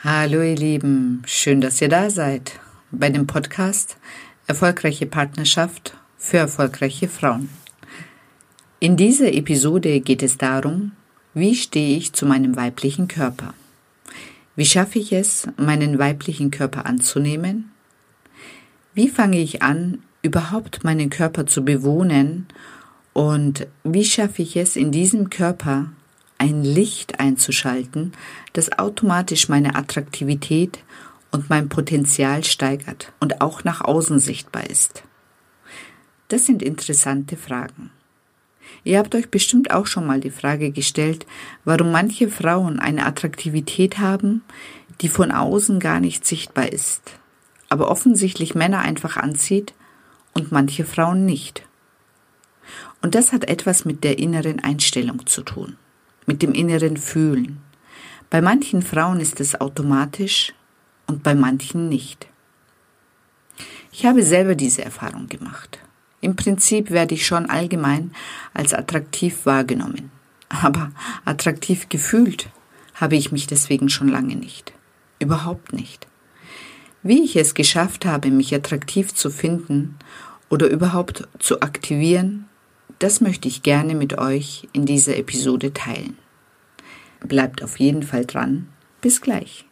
Hallo ihr Lieben, schön, dass ihr da seid bei dem Podcast Erfolgreiche Partnerschaft für erfolgreiche Frauen. In dieser Episode geht es darum, wie stehe ich zu meinem weiblichen Körper? Wie schaffe ich es, meinen weiblichen Körper anzunehmen? Wie fange ich an, überhaupt meinen Körper zu bewohnen? Und wie schaffe ich es, in diesem Körper ein Licht einzuschalten, das automatisch meine Attraktivität und mein Potenzial steigert und auch nach außen sichtbar ist? Das sind interessante Fragen. Ihr habt euch bestimmt auch schon mal die Frage gestellt, warum manche Frauen eine Attraktivität haben, die von außen gar nicht sichtbar ist, aber offensichtlich Männer einfach anzieht und manche Frauen nicht. Und das hat etwas mit der inneren Einstellung zu tun, mit dem inneren Fühlen. Bei manchen Frauen ist es automatisch und bei manchen nicht. Ich habe selber diese Erfahrung gemacht. Im Prinzip werde ich schon allgemein als attraktiv wahrgenommen, aber attraktiv gefühlt habe ich mich deswegen schon lange nicht. Überhaupt nicht. Wie ich es geschafft habe, mich attraktiv zu finden oder überhaupt zu aktivieren, das möchte ich gerne mit euch in dieser Episode teilen. Bleibt auf jeden Fall dran. Bis gleich.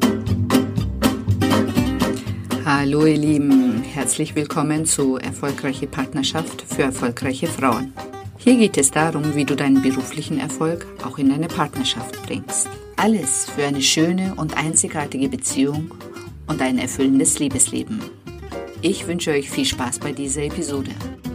Hallo ihr Lieben, herzlich willkommen zu Erfolgreiche Partnerschaft für erfolgreiche Frauen. Hier geht es darum, wie du deinen beruflichen Erfolg auch in deine Partnerschaft bringst. Alles für eine schöne und einzigartige Beziehung und ein erfüllendes Liebesleben. Ich wünsche euch viel Spaß bei dieser Episode.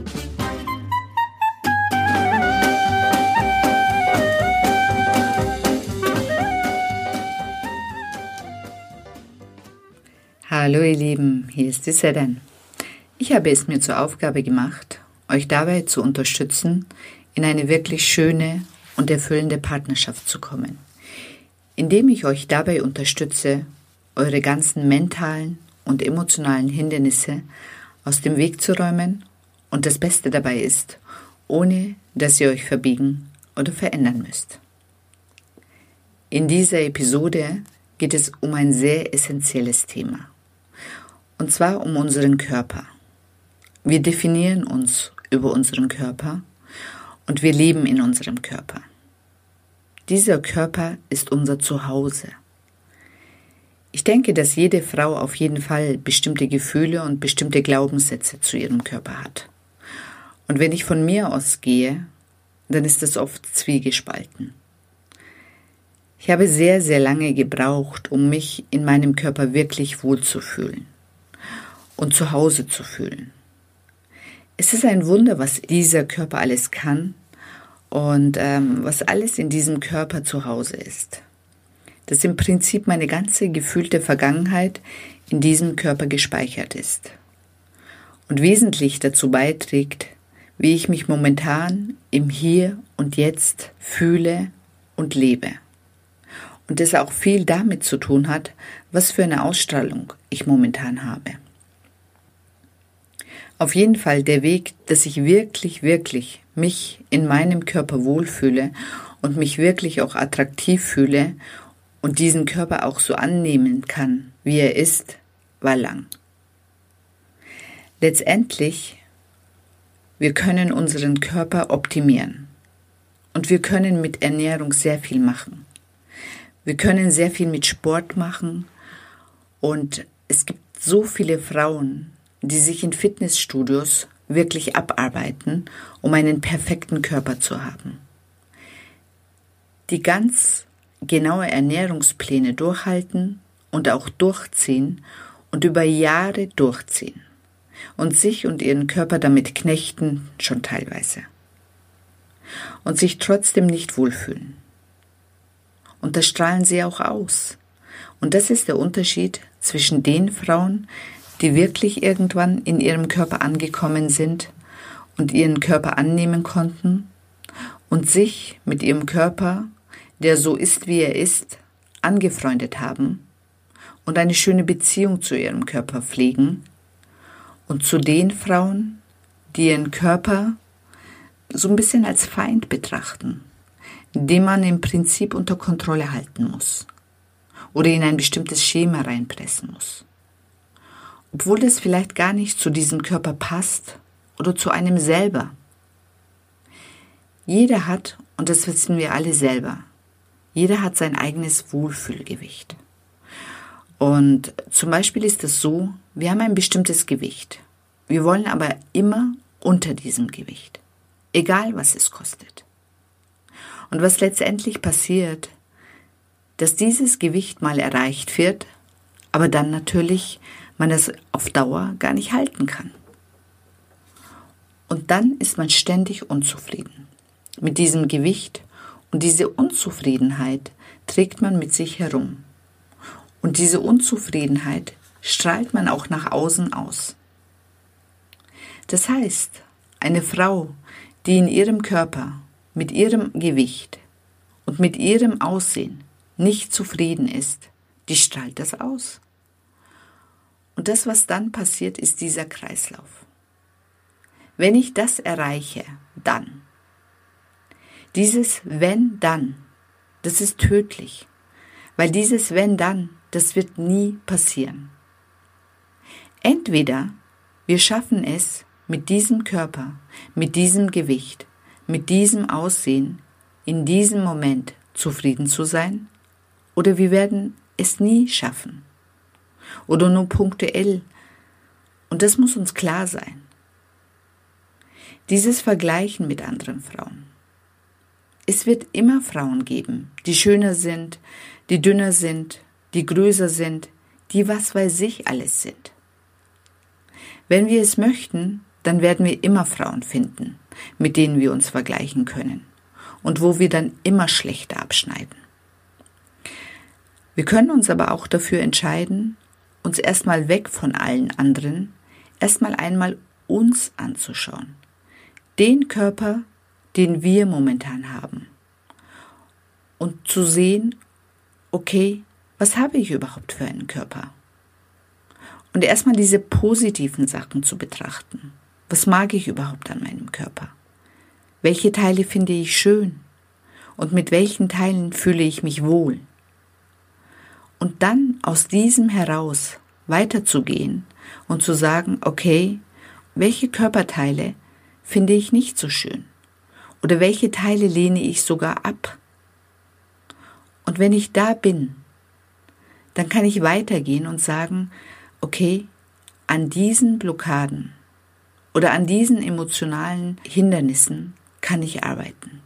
Hallo ihr Lieben, hier ist die Sedan. Ich habe es mir zur Aufgabe gemacht, euch dabei zu unterstützen, in eine wirklich schöne und erfüllende Partnerschaft zu kommen, indem ich euch dabei unterstütze, eure ganzen mentalen und emotionalen Hindernisse aus dem Weg zu räumen und das Beste dabei ist, ohne dass ihr euch verbiegen oder verändern müsst. In dieser Episode geht es um ein sehr essentielles Thema. Und zwar um unseren Körper. Wir definieren uns über unseren Körper und wir leben in unserem Körper. Dieser Körper ist unser Zuhause. Ich denke, dass jede Frau auf jeden Fall bestimmte Gefühle und bestimmte Glaubenssätze zu ihrem Körper hat. Und wenn ich von mir ausgehe, dann ist das oft zwiegespalten. Ich habe sehr, sehr lange gebraucht, um mich in meinem Körper wirklich wohlzufühlen und zu Hause zu fühlen. Es ist ein Wunder, was dieser Körper alles kann und was alles in diesem Körper zu Hause ist. Dass im Prinzip meine ganze gefühlte Vergangenheit in diesem Körper gespeichert ist und wesentlich dazu beiträgt, wie ich mich momentan im Hier und Jetzt fühle und lebe. Und das auch viel damit zu tun hat, was für eine Ausstrahlung ich momentan habe. Auf jeden Fall der Weg, dass ich wirklich mich in meinem Körper wohlfühle und mich wirklich auch attraktiv fühle und diesen Körper auch so annehmen kann, wie er ist, war lang. Letztendlich, wir können unseren Körper optimieren und wir können mit Ernährung sehr viel machen. Wir können sehr viel mit Sport machen und es gibt so viele Frauen, die sich in Fitnessstudios wirklich abarbeiten, um einen perfekten Körper zu haben. Die ganz genaue Ernährungspläne durchhalten und auch durchziehen und über Jahre durchziehen und sich und ihren Körper damit knechten, schon teilweise. Und sich trotzdem nicht wohlfühlen. Und das strahlen sie auch aus. Und das ist der Unterschied zwischen den Frauen, die wirklich irgendwann in ihrem Körper angekommen sind und ihren Körper annehmen konnten und sich mit ihrem Körper, der so ist, wie er ist, angefreundet haben und eine schöne Beziehung zu ihrem Körper pflegen, und zu den Frauen, die ihren Körper so ein bisschen als Feind betrachten, den man im Prinzip unter Kontrolle halten muss oder in ein bestimmtes Schema reinpressen muss. Obwohl das vielleicht gar nicht zu diesem Körper passt oder zu einem selber. Jeder hat, und das wissen wir alle selber, jeder hat sein eigenes Wohlfühlgewicht. Und zum Beispiel ist es so, wir haben ein bestimmtes Gewicht. Wir wollen aber immer unter diesem Gewicht, egal was es kostet. Und was letztendlich passiert, dass dieses Gewicht mal erreicht wird, aber dann natürlich man das auf Dauer gar nicht halten kann. Und dann ist man ständig unzufrieden mit diesem Gewicht und diese Unzufriedenheit trägt man mit sich herum. Und diese Unzufriedenheit strahlt man auch nach außen aus. Das heißt, eine Frau, die in ihrem Körper, mit ihrem Gewicht und mit ihrem Aussehen nicht zufrieden ist, die strahlt das aus. Und das, was dann passiert, ist dieser Kreislauf. Wenn ich das erreiche, dann. Dieses wenn, dann, das ist tödlich. Weil dieses wenn, dann, das wird nie passieren. Entweder wir schaffen es, mit diesem Körper, mit diesem Gewicht, mit diesem Aussehen, in diesem Moment zufrieden zu sein, oder wir werden es nie schaffen. Oder nur punktuell. Und das muss uns klar sein. Dieses Vergleichen mit anderen Frauen. Es wird immer Frauen geben, die schöner sind, die dünner sind, die größer sind, die was weiß ich alles sind. Wenn wir es möchten, dann werden wir immer Frauen finden, mit denen wir uns vergleichen können und wo wir dann immer schlechter abschneiden. Wir können uns aber auch dafür entscheiden, uns erstmal weg von allen anderen, erstmal einmal uns anzuschauen. Den Körper, den wir momentan haben. Und zu sehen, okay, was habe ich überhaupt für einen Körper? Und erstmal diese positiven Sachen zu betrachten. Was mag ich überhaupt an meinem Körper? Welche Teile finde ich schön? Und mit welchen Teilen fühle ich mich wohl? Und dann aus diesem heraus weiterzugehen und zu sagen, okay, welche Körperteile finde ich nicht so schön? Oder welche Teile lehne ich sogar ab? Und wenn ich da bin, dann kann ich weitergehen und sagen, okay, an diesen Blockaden oder an diesen emotionalen Hindernissen kann ich arbeiten.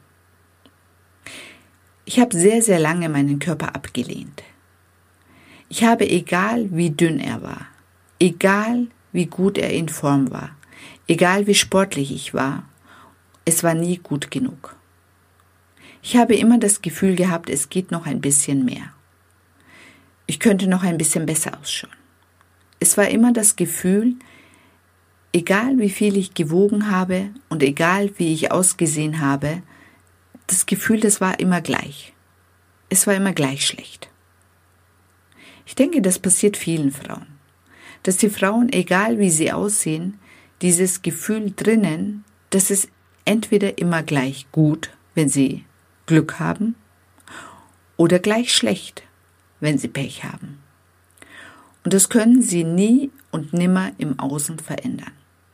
Ich habe sehr, sehr lange meinen Körper abgelehnt. Ich habe, egal wie dünn er war, egal wie gut er in Form war, egal wie sportlich ich war, es war nie gut genug. Ich habe immer das Gefühl gehabt, es geht noch ein bisschen mehr. Ich könnte noch ein bisschen besser ausschauen. Es war immer das Gefühl, egal wie viel ich gewogen habe und egal wie ich ausgesehen habe, das Gefühl, das war immer gleich. Es war immer gleich schlecht. Ich denke, das passiert vielen Frauen. Dass die Frauen, egal wie sie aussehen, dieses Gefühl drinnen, dass es entweder immer gleich gut, wenn sie Glück haben, oder gleich schlecht, wenn sie Pech haben. Und das können sie nie und nimmer im Außen verändern.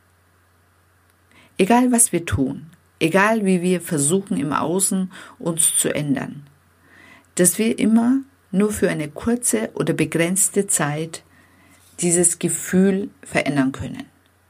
Egal was wir tun, egal wie wir versuchen im Außen uns zu ändern, dass wir immer nur für eine kurze oder begrenzte Zeit dieses Gefühl verändern können.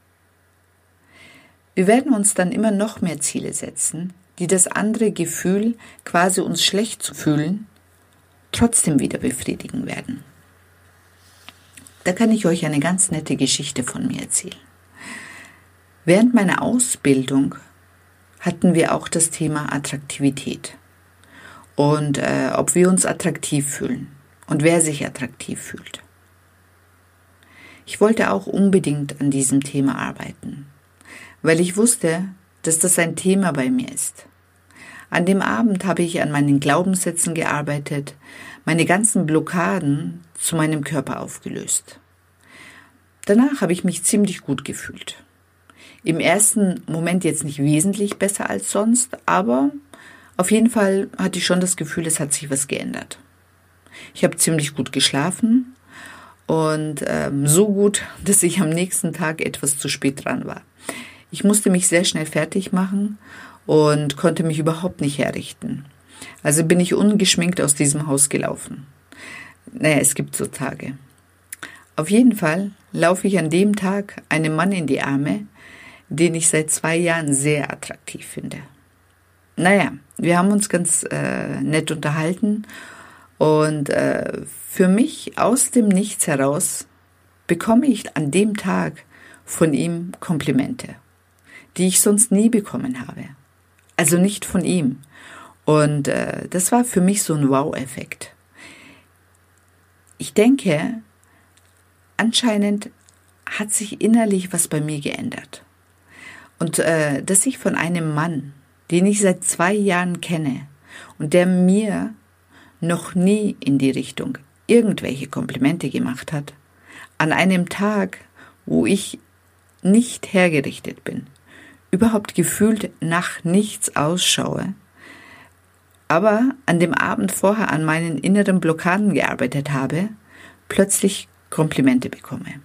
Wir werden uns dann immer noch mehr Ziele setzen, die das andere Gefühl, quasi uns schlecht zu fühlen, trotzdem wieder befriedigen werden. Da kann ich euch eine ganz nette Geschichte von mir erzählen. Während meiner Ausbildung hatten wir auch das Thema Attraktivität und ob wir uns attraktiv fühlen und wer sich attraktiv fühlt. Ich wollte auch unbedingt an diesem Thema arbeiten, weil ich wusste, dass das ein Thema bei mir ist. An dem Abend habe ich an meinen Glaubenssätzen gearbeitet, meine ganzen Blockaden zu meinem Körper aufgelöst. Danach habe ich mich ziemlich gut gefühlt. Im ersten Moment jetzt nicht wesentlich besser als sonst, aber auf jeden Fall hatte ich schon das Gefühl, es hat sich was geändert. Ich habe ziemlich gut geschlafen und so gut, dass ich am nächsten Tag etwas zu spät dran war. Ich musste mich sehr schnell fertig machen und konnte mich überhaupt nicht herrichten. Also bin ich ungeschminkt aus diesem Haus gelaufen. Naja, es gibt so Tage. Auf jeden Fall laufe ich an dem Tag einem Mann in die Arme, den ich seit 2 Jahren sehr attraktiv finde. Naja, wir haben uns ganz nett unterhalten und für mich aus dem Nichts heraus bekomme ich an dem Tag von ihm Komplimente, die ich sonst nie bekommen habe. Also nicht von ihm. Und das war für mich so ein Wow-Effekt. Ich denke, anscheinend hat sich innerlich was bei mir geändert. Und dass ich von einem Mann, den ich seit 2 Jahren kenne und der mir noch nie in die Richtung irgendwelche Komplimente gemacht hat, an einem Tag, wo ich nicht hergerichtet bin, überhaupt gefühlt nach nichts ausschaue, aber an dem Abend vorher an meinen inneren Blockaden gearbeitet habe, plötzlich Komplimente bekomme.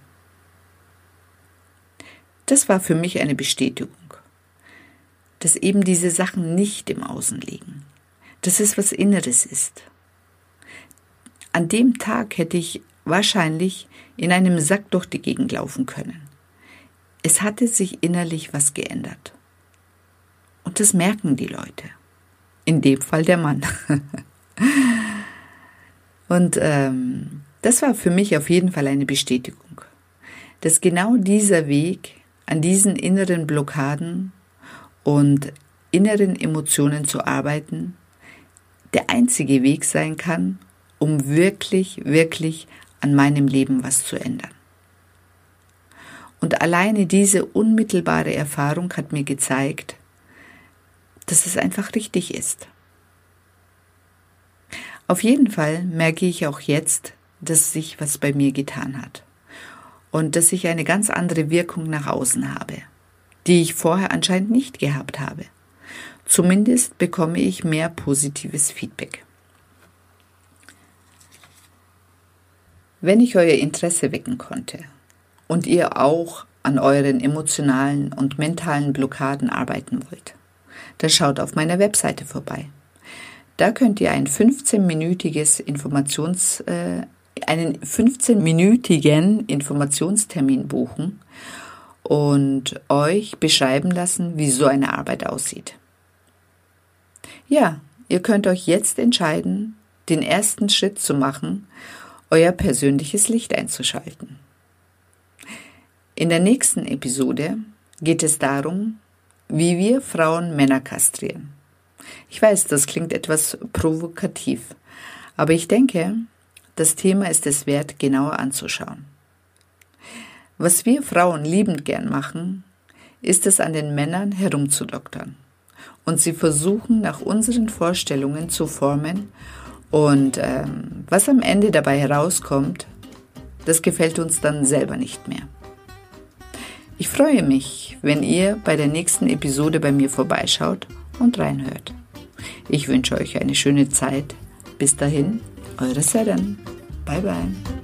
Das war für mich eine Bestätigung, dass eben diese Sachen nicht im Außen liegen, dass es was Inneres ist. An dem Tag hätte ich wahrscheinlich in einem Sack durch die Gegend laufen können. Es hatte sich innerlich was geändert. Und das merken die Leute. In dem Fall der Mann. Und das war für mich auf jeden Fall eine Bestätigung, dass genau dieser Weg an diesen inneren Blockaden und inneren Emotionen zu arbeiten, der einzige Weg sein kann, um wirklich, wirklich an meinem Leben was zu ändern. Und alleine diese unmittelbare Erfahrung hat mir gezeigt, dass es einfach richtig ist. Auf jeden Fall merke ich auch jetzt, dass sich was bei mir getan hat und dass ich eine ganz andere Wirkung nach außen habe, die ich vorher anscheinend nicht gehabt habe. Zumindest bekomme ich mehr positives Feedback. Wenn ich euer Interesse wecken konnte und ihr auch an euren emotionalen und mentalen Blockaden arbeiten wollt, dann schaut auf meiner Webseite vorbei. Da könnt ihr einen 15-minütigen Informationstermin buchen und euch beschreiben lassen, wie so eine Arbeit aussieht. Ja, ihr könnt euch jetzt entscheiden, den ersten Schritt zu machen, euer persönliches Licht einzuschalten. In der nächsten Episode geht es darum, wie wir Frauen Männer kastrieren. Ich weiß, das klingt etwas provokativ, aber ich denke, das Thema ist es wert, genauer anzuschauen. Was wir Frauen liebend gern machen, ist es an den Männern herumzudoktern und sie versuchen, nach unseren Vorstellungen zu formen und was am Ende dabei herauskommt, das gefällt uns dann selber nicht mehr. Ich freue mich, wenn ihr bei der nächsten Episode bei mir vorbeischaut und reinhört. Ich wünsche euch eine schöne Zeit. Bis dahin, eure Sedan. Bye bye.